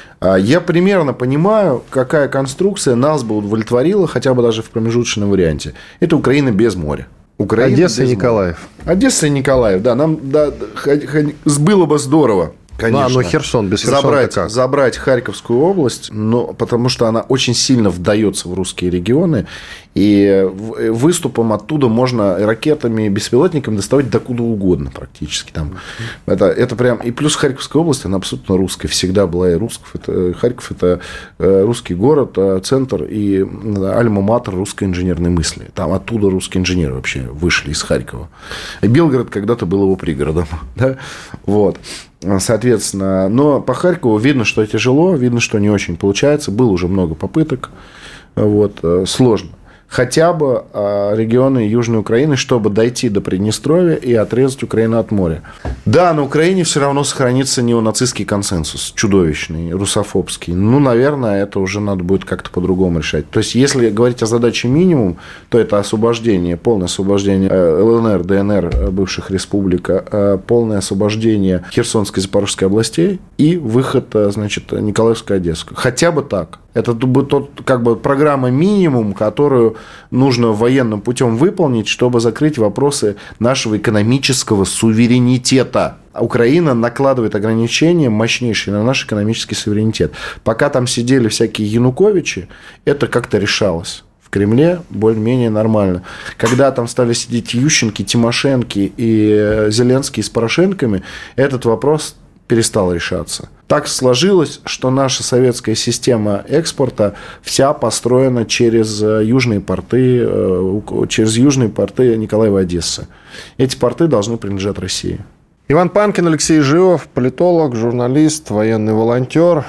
Speaker 3: Я примерно понимаю, какая конструкция нас бы удовлетворила, хотя бы даже в промежуточном варианте. Это Украина без моря. Украина
Speaker 2: Одесса
Speaker 3: без
Speaker 2: и Николаев.
Speaker 3: Моря. Одесса и Николаев, да. Нам да, было бы здорово. Конечно.
Speaker 2: Ну, но Херсон, без Херсона
Speaker 3: забрать,
Speaker 2: как?
Speaker 3: Забрать Харьковскую область, но, потому что она очень сильно вдается в русские регионы, и выступом оттуда можно ракетами, беспилотниками доставать докуда угодно практически. Там. Это, это прям... И плюс Харьковская область, она абсолютно русская, всегда была и Русков. Это, Харьков – это русский город, центр и альма-матер русской инженерной мысли. Там оттуда русские инженеры вообще вышли из Харькова. И Белгород когда-то был его пригородом. Да? Вот. Соответственно, но по Харькову видно, что тяжело, видно, что не очень получается. Было уже много попыток. Вот, сложно. Хотя бы регионы Южной Украины, чтобы дойти до Приднестровья и отрезать Украину от моря. Да, на Украине все равно сохранится неонацистский консенсус, чудовищный, русофобский. Ну, наверное, это уже надо будет как-то по-другому решать. То есть, если говорить о задаче минимум, то это освобождение, полное освобождение ЛНР, ДНР, бывших республик, полное освобождение Херсонской и Запорожской областей и выход, значит, Николаевской, Одесской. Хотя бы так. Это тот, как бы, программа минимум, которую нужно военным путем выполнить, чтобы закрыть вопросы нашего экономического суверенитета. Украина накладывает ограничения мощнейшие на наш экономический суверенитет. Пока там сидели всякие Януковичи, это как-то решалось. В Кремле более-менее нормально. Когда там стали сидеть Ющенки, Тимошенки и Зеленский с Порошенками, этот вопрос перестал решаться. Так сложилось, что наша советская система экспорта вся построена через южные порты, через южные порты Николаева и Одессы. Эти порты должны принадлежать России.
Speaker 2: Иван Панкин, Алексей Живов, политолог, журналист, военный волонтер.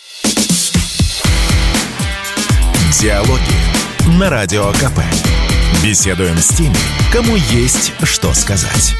Speaker 1: Диалоги на Радио КП. Беседуем с теми, кому есть что сказать.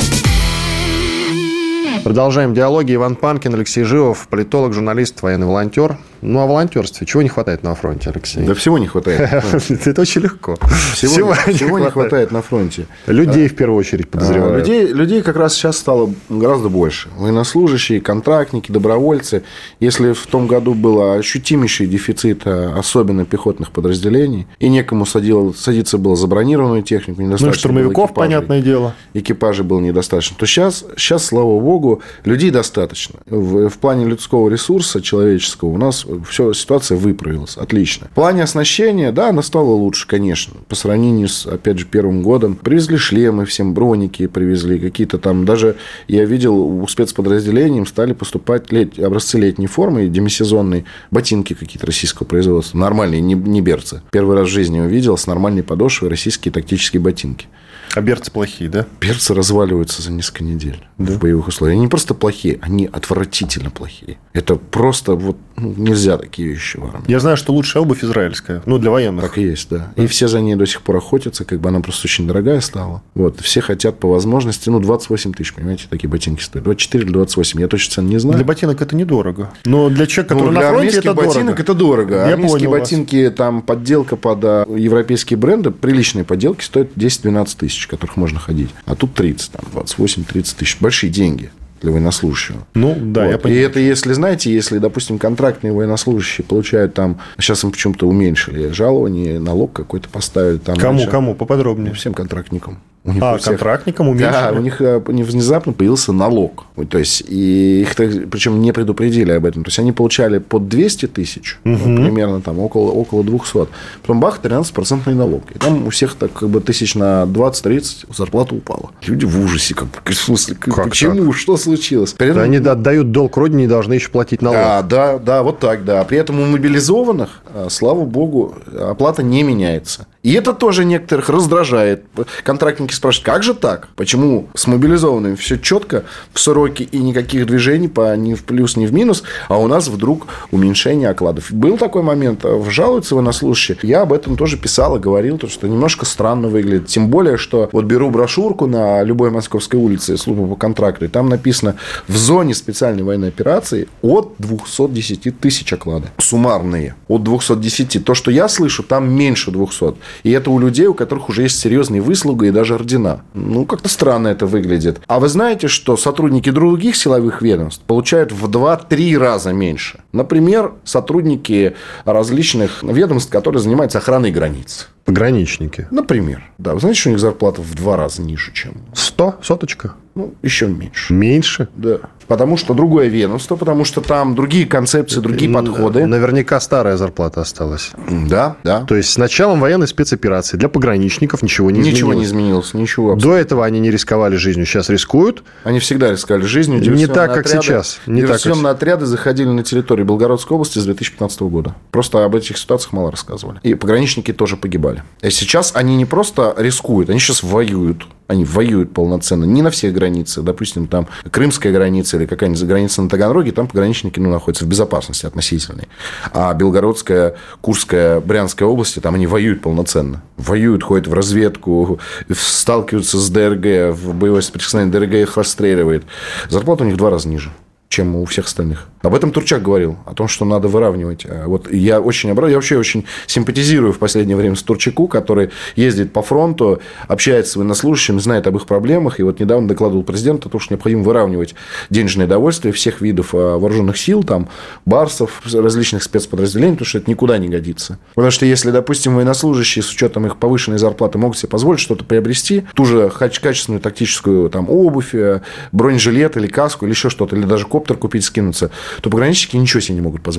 Speaker 2: Продолжаем диалоги. Иван Панкин, Алексей Живов, политолог, журналист, военный волонтер. Ну, о волонтерстве чего не хватает на фронте, Алексей?
Speaker 3: Да всего не хватает.
Speaker 2: Это очень легко.
Speaker 3: Всего, всего, всего не хватает на фронте.
Speaker 2: Людей в первую очередь подозревают.
Speaker 3: Людей, людей как раз сейчас стало гораздо больше. Военнослужащие, контрактники, добровольцы. Если в том году был ощутимейший дефицит, особенно пехотных подразделений, и некому садил, садиться было за бронированную технику, недостаточно.
Speaker 2: Ну, штурмовиков, понятное дело.
Speaker 3: Экипажей было недостаточно. То сейчас, сейчас, слава богу, людей достаточно. В, в плане людского ресурса человеческого у нас все, ситуация выправилась. Отлично. В плане оснащения, да, она стала лучше, конечно. По сравнению с, опять же, первым годом. Привезли шлемы, всем броники привезли. Какие-то там, даже я видел, у спецподразделений стали поступать лет, образцы летней формы, демисезонные, ботинки какие-то российского производства. Нормальные, не, не берцы. Первый раз в жизни увидел с нормальной подошвой российские тактические ботинки.
Speaker 2: А берцы плохие, да?
Speaker 3: Берцы разваливаются за несколько недель, да, в боевых условиях. Они не просто плохие, они отвратительно плохие. Это просто вот ну, нельзя такие вещи в армии.
Speaker 2: Я знаю, что лучшая обувь израильская. Ну, для военных.
Speaker 3: Так и есть, да. да. И все за ней до сих пор охотятся, как бы она просто очень дорогая стала. Вот. Все хотят по возможности, ну, двадцать восемь тысяч, понимаете, такие ботинки стоят. двадцать четыре или двадцать восемь, я точно цены не знаю.
Speaker 2: Для ботинок это недорого. Но для человека, который
Speaker 3: ну,
Speaker 2: на фронте, это дорого.
Speaker 3: ботинок это дорого.
Speaker 2: Я
Speaker 3: армейские
Speaker 2: понял
Speaker 3: ботинки, вас. Там подделка под европейские бренды, приличные подделки стоят десять-двенадцать тысяч, которых можно ходить. А тут тридцать, там, двадцать восемь-тридцать тысяч. Большие деньги для военнослужащего.
Speaker 2: Ну, да, вот. Я понимаю.
Speaker 3: И это, если, знаете, если, допустим, контрактные военнослужащие получают там... Сейчас им почему-то уменьшили жалование, налог какой-то поставили. Там,
Speaker 2: кому,
Speaker 3: раньше,
Speaker 2: кому? Поподробнее.
Speaker 3: Всем контрактникам.
Speaker 2: У них а, всех... контрактникам уменьшили?
Speaker 3: Да, у них внезапно появился налог. То есть, и их, причем, не предупредили об этом. То есть, они получали под двести тысяч, угу. ну, примерно там около, около двести. Потом бах, тринадцать процентов налог. И там у всех так как бы тысяч на двадцать-тридцать зарплата упала. Люди в ужасе. Как, в смысле, как почему? Так? Что случилось? При этом...
Speaker 2: Да, они отдают долг родине и должны еще платить налог.
Speaker 3: Да, да, да, вот так, да. При этом у мобилизованных, слава богу, оплата не меняется. И это тоже некоторых раздражает. Контрактники спрашивают, как же так? Почему с мобилизованными все четко, в сроки и никаких движений по ни в плюс, ни в минус, а у нас вдруг уменьшение окладов. Был такой момент, жалуются военнослужащие. Я об этом тоже писал и говорил, что немножко странно выглядит. Тем более, что вот беру брошюрку на любой московской улице, службу по контракту, и там написано, в зоне специальной военной операции от двухсот десяти тысяч оклады. Суммарные. От двухсот десяти. То, что я слышу, там меньше двухсот. И это у людей, у которых уже есть серьезные выслуги и даже ордена. Ну, как-то странно это выглядит. А вы знаете, что сотрудники других силовых ведомств получают в два-три раза меньше? Например, сотрудники различных ведомств, которые занимаются охраной границ.
Speaker 2: Пограничники.
Speaker 3: Например. Да, вы знаете, что у них зарплата в два раза ниже, чем...
Speaker 2: Сто? Соточка?
Speaker 3: Ну, еще меньше.
Speaker 2: Меньше?
Speaker 3: Да. Потому что другое ведомство, потому что там другие концепции, другие подходы.
Speaker 2: Наверняка старая зарплата осталась.
Speaker 3: Да, да.
Speaker 2: То есть, с началом военной спецоперации для пограничников ничего не изменилось.
Speaker 3: Ничего не изменилось, ничего.
Speaker 2: Абсолютно. До этого они не рисковали жизнью, сейчас рискуют.
Speaker 3: Они всегда рисковали жизнью.
Speaker 2: Не так, как
Speaker 3: отряды,
Speaker 2: сейчас. Не
Speaker 3: диверсионные
Speaker 2: так, как...
Speaker 3: отряды заходили на территорию Белгородской области с две тысячи пятнадцатого года. Просто об этих ситуациях мало рассказывали. И пограничники тоже погибали. И сейчас они не просто рискуют, они сейчас воюют. Они воюют полноценно. Не на всех границах. Допустим, там крымская граница или какая-нибудь граница на Таганроге, там пограничники ну, находятся в безопасности относительной. А Белгородская, Курская, Брянская области, там они воюют полноценно. Воюют, ходят в разведку, сталкиваются с ДРГ, в боевое соприкосновение ДРГ их расстреливает. Зарплата у них в два раза ниже, чем у всех остальных. Об этом Турчак говорил, о том, что надо выравнивать. Вот я очень обрадован, я вообще очень симпатизирую в последнее время с Турчаку, который ездит по фронту, общается с военнослужащими, знает об их проблемах. И вот недавно докладывал президент о том, что необходимо выравнивать денежное довольствие всех видов вооруженных сил, там, барсов, различных спецподразделений, потому что это никуда не годится. Потому что если, допустим, военнослужащие с учетом их повышенной зарплаты могут себе позволить что-то приобрести, ту же качественную тактическую там, обувь, бронежилет или каску, или еще что-то, или даже коптер купить, скинуться, то пограничники ничего себе не могут позволить.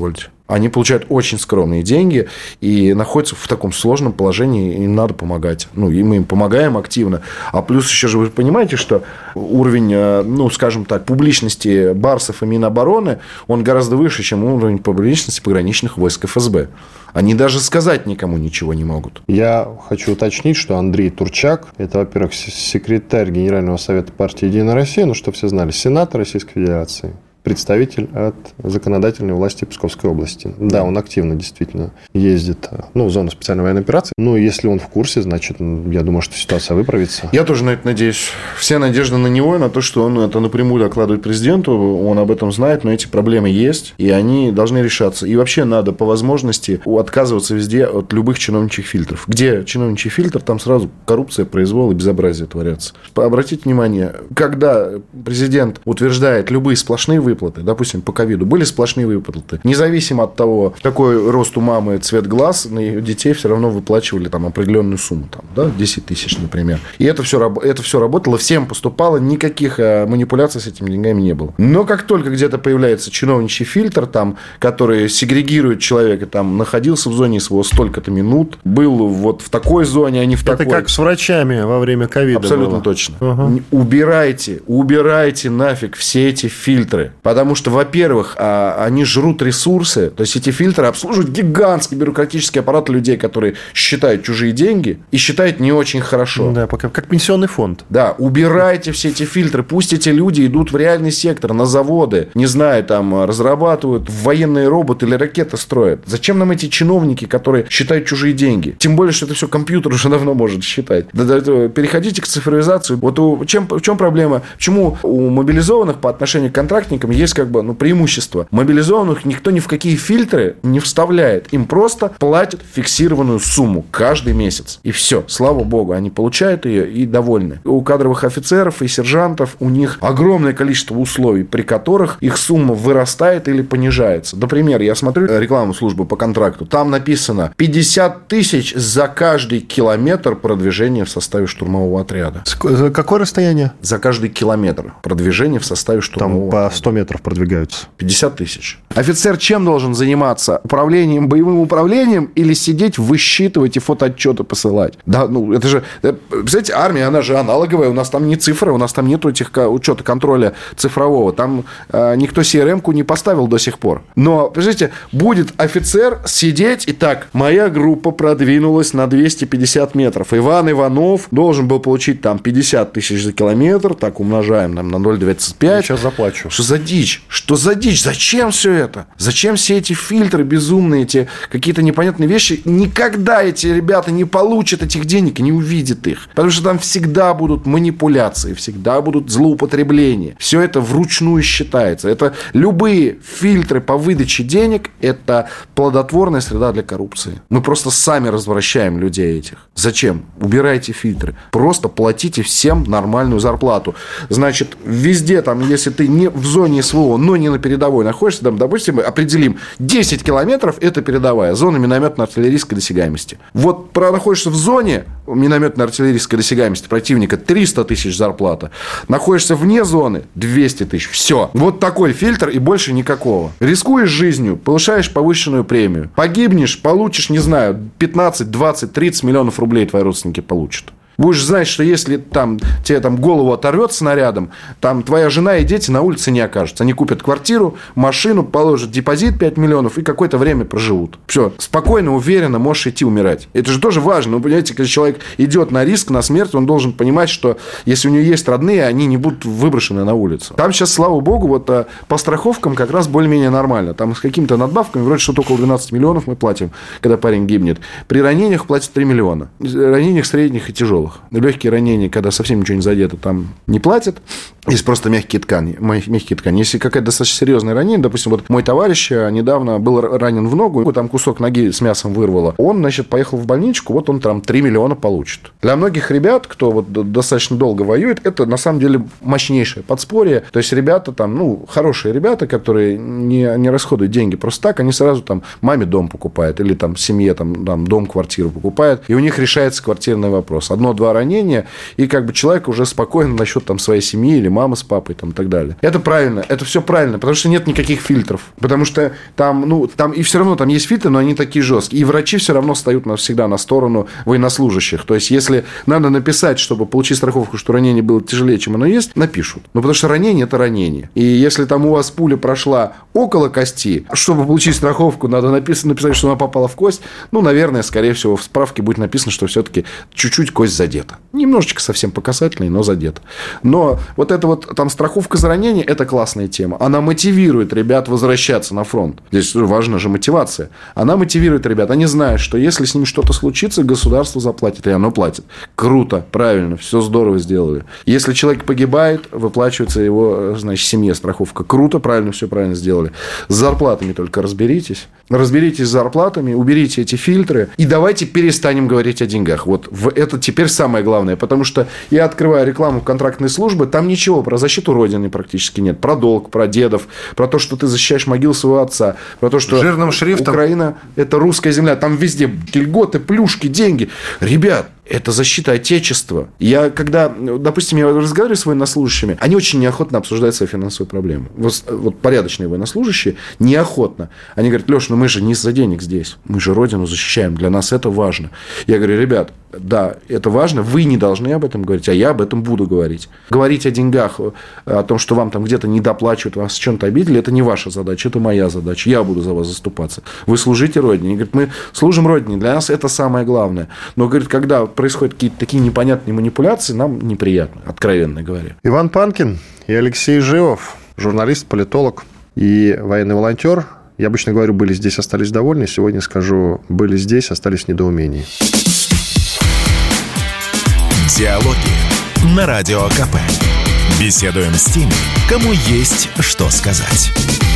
Speaker 3: Они получают очень скромные деньги и находятся в таком сложном положении, им надо помогать. Ну, и мы им помогаем активно. А плюс еще же вы понимаете, что уровень, ну, скажем так, публичности Барсов и Минобороны, он гораздо выше, чем уровень публичности пограничных войск эф эс бэ. Они даже сказать никому ничего не могут.
Speaker 2: Я хочу уточнить, что Андрей Турчак, это, во-первых, секретарь Генерального совета партии «Единая Россия», ну, что все знали, сенатор Российской Федерации, представитель от законодательной власти Псковской области. Да, он активно действительно ездит, ну, в зону специальной военной операции. Ну, если он в курсе, значит, я думаю, что ситуация выправится.
Speaker 3: Я тоже на это надеюсь. Все надежды на него, на то, что он это напрямую докладывает президенту. Он об этом знает, но эти проблемы есть, и они должны решаться. И вообще надо по возможности отказываться везде от любых чиновничьих фильтров. Где чиновничий фильтр, там сразу коррупция, произвол и безобразие творятся. Обратите внимание, когда президент утверждает любые сплошные выплаты, допустим, по ковиду, были сплошные выплаты. Независимо от того, какой рост у мамы, цвет глаз, на ее детей все равно выплачивали там определенную сумму, там, да, десять тысяч, например. И это все, это все работало, всем поступало, никаких манипуляций с этими деньгами не было. Но как только где-то появляется чиновничий фильтр, там, который сегрегирует человека, там, находился в зоне СВО столько-то минут, был вот в такой зоне, а не в такой.
Speaker 2: Это как с врачами во время ковида.
Speaker 3: Абсолютно было. Точно. Угу. Убирайте, убирайте нафиг все эти фильтры. Потому что, во-первых, они жрут ресурсы. То есть, эти фильтры обслуживают гигантский бюрократический аппарат людей, которые считают чужие деньги и считают не очень хорошо.
Speaker 2: Да, как пенсионный фонд.
Speaker 3: Да, убирайте все эти фильтры. Пусть эти люди идут в реальный сектор, на заводы. Не знаю, там, разрабатывают военные роботы или ракеты строят. Зачем нам эти чиновники, которые считают чужие деньги? Тем более, что это все компьютер уже давно может считать. Переходите к цифровизации. Вот у, чем, в чем проблема? Почему у мобилизованных по отношению к контрактникам есть как бы, ну, преимущество? Мобилизованных никто ни в какие фильтры не вставляет. Им просто платят фиксированную сумму каждый месяц. И все. Слава богу, они получают ее и довольны. У кадровых офицеров и сержантов у них огромное количество условий, при которых их сумма вырастает или понижается. Например, я смотрю рекламу службы по контракту. Там написано пятьдесят тысяч за каждый километр продвижения в составе штурмового отряда.
Speaker 2: За какое расстояние?
Speaker 3: За каждый километр продвижения в составе штурмового
Speaker 2: Там
Speaker 3: отряда.
Speaker 2: по сто метров продвигаются.
Speaker 3: пятьдесят тысяч. Офицер чем должен заниматься? Управлением, боевым управлением или сидеть, высчитывать и фотоотчеты посылать? Да, ну, это же... Представляете, армия, она же аналоговая. У нас там не цифры, у нас там нет этих учета контроля цифрового. Там э, никто си эр эм-ку не поставил до сих пор. Но, представляете, будет офицер сидеть и так, моя группа продвинулась на двести пятьдесят метров. Иван Иванов должен был получить там пятьдесят тысяч за километр. Так, умножаем нам на ноль целых двадцать пять.
Speaker 2: Сейчас заплачу.
Speaker 3: Что за дичь? Что за дичь? Зачем все это? Зачем все эти фильтры безумные, эти какие-то непонятные вещи? Никогда эти ребята не получат этих денег и не увидят их. Потому что там всегда будут манипуляции, всегда будут злоупотребления. Все это вручную считается. Это любые фильтры по выдаче денег – это плодотворная среда для коррупции. Мы просто сами развращаем людей этих. Зачем? Убирайте фильтры. Просто платите всем нормальную зарплату. Значит, везде там, если ты не в зоне СВО, но не на передовой находишься, там, допустим, определим, десять километров – это передовая, зона минометно-артиллерийской досягаемости. Вот находишься в зоне минометно-артиллерийской досягаемости противника, триста тысяч зарплата. Находишься вне зоны – двести тысяч. Все. Вот такой фильтр и больше никакого. Рискуешь жизнью, повышаешь повышенную премию. Погибнешь, получишь, не знаю, пятнадцать, двадцать, тридцать миллионов рублей твои родственники получат. Будешь знать, что если там, тебе там голову оторвет снарядом, там твоя жена и дети на улице не окажутся. Они купят квартиру, машину, положат депозит пять миллионов и какое-то время проживут. Все, спокойно, уверенно можешь идти умирать. Это же тоже важно. Вы понимаете, когда человек идет на риск, на смерть, он должен понимать, что если у него есть родные, они не будут выброшены на улицу. Там сейчас, слава богу, вот по страховкам как раз более-менее нормально. Там с какими-то надбавками, вроде что-то около двенадцать миллионов мы платим, когда парень гибнет. При ранениях платят три миллиона. Ранениях средних и тяжелых. Легкие ранения, когда совсем ничего не задето, там не платят. Есть просто мягкие ткани. Мягкие ткани. Если какая-то достаточно серьезное ранение, допустим, вот мой товарищ недавно был ранен в ногу, там кусок ноги с мясом вырвало. Он, значит, поехал в больничку, вот он там три миллиона получит. Для многих ребят, кто вот достаточно долго воюет, это на самом деле мощнейшее подспорье. То есть ребята там, ну, хорошие ребята, которые не, не расходуют деньги просто так, они сразу там маме дом покупают или там семье там, там дом, квартиру покупают, и у них решается квартирный вопрос. Одно-два ранения, и как бы человек уже спокойно насчет там своей семьи или мама с папой там, и так далее. Это правильно, это все правильно, потому что нет никаких фильтров. Потому что там, ну, там и все равно там есть фильтры, но они такие жесткие. И врачи все равно встают всегда на сторону военнослужащих. То есть, если надо написать, чтобы получить страховку, что ранение было тяжелее, чем оно есть, напишут. Ну, потому что ранение – это ранение. И если там у вас пуля прошла около кости, чтобы получить страховку, надо написать, написать, что она попала в кость, ну, наверное, скорее всего, в справке будет написано, что все-таки чуть-чуть кость задета. Немножечко совсем по касательной, но задета. Но вот эта вот там страховка за ранение – это классная тема. Она мотивирует ребят возвращаться на фронт. Здесь важна же мотивация. Она мотивирует ребят. Они знают, что если с ними что-то случится, государство заплатит, и оно платит. Круто, правильно, все здорово сделали. Если человек погибает, выплачивается его, значит, семье страховка. Круто, правильно, все правильно сделали. С зарплатами только разберитесь. Разберитесь с зарплатами, уберите эти фильтры и давайте перестанем говорить о деньгах. Вот это теперь самое главное. Потому что я открываю рекламу контрактной службы, там ничего про защиту Родины практически нет. Про долг, про дедов, про то, что ты защищаешь могилу своего отца, про то, что
Speaker 2: жирным шрифтом
Speaker 3: Украина – это русская земля. Там везде льготы, плюшки, деньги. Ребят, это защита Отечества. Я когда, допустим, я разговариваю с военнослужащими, они очень неохотно обсуждают свои финансовые проблемы. Вот, вот порядочные военнослужащие неохотно. Они говорят: Леш, ну мы же не из-за денег здесь. Мы же Родину защищаем. Для нас это важно. Я говорю: ребят, да, это важно. Вы не должны об этом говорить, а я об этом буду говорить. Говорить о деньгах, о том, что вам там где-то недоплачивают, вас чем-то обидели, это не ваша задача, это моя задача. Я буду за вас заступаться. Вы служите Родине. Они говорят: мы служим Родине. Для нас это самое главное. Но, говорит, когда происходят какие-то такие непонятные манипуляции, нам неприятно, откровенно говоря.
Speaker 2: Иван Панкин и Алексей Живов, журналист, политолог и военный волонтер. Я обычно говорю: были здесь, остались довольны. Сегодня скажу: были здесь, остались в недоумении.
Speaker 1: Диалоги на Радио КП. Беседуем с теми, кому есть что сказать.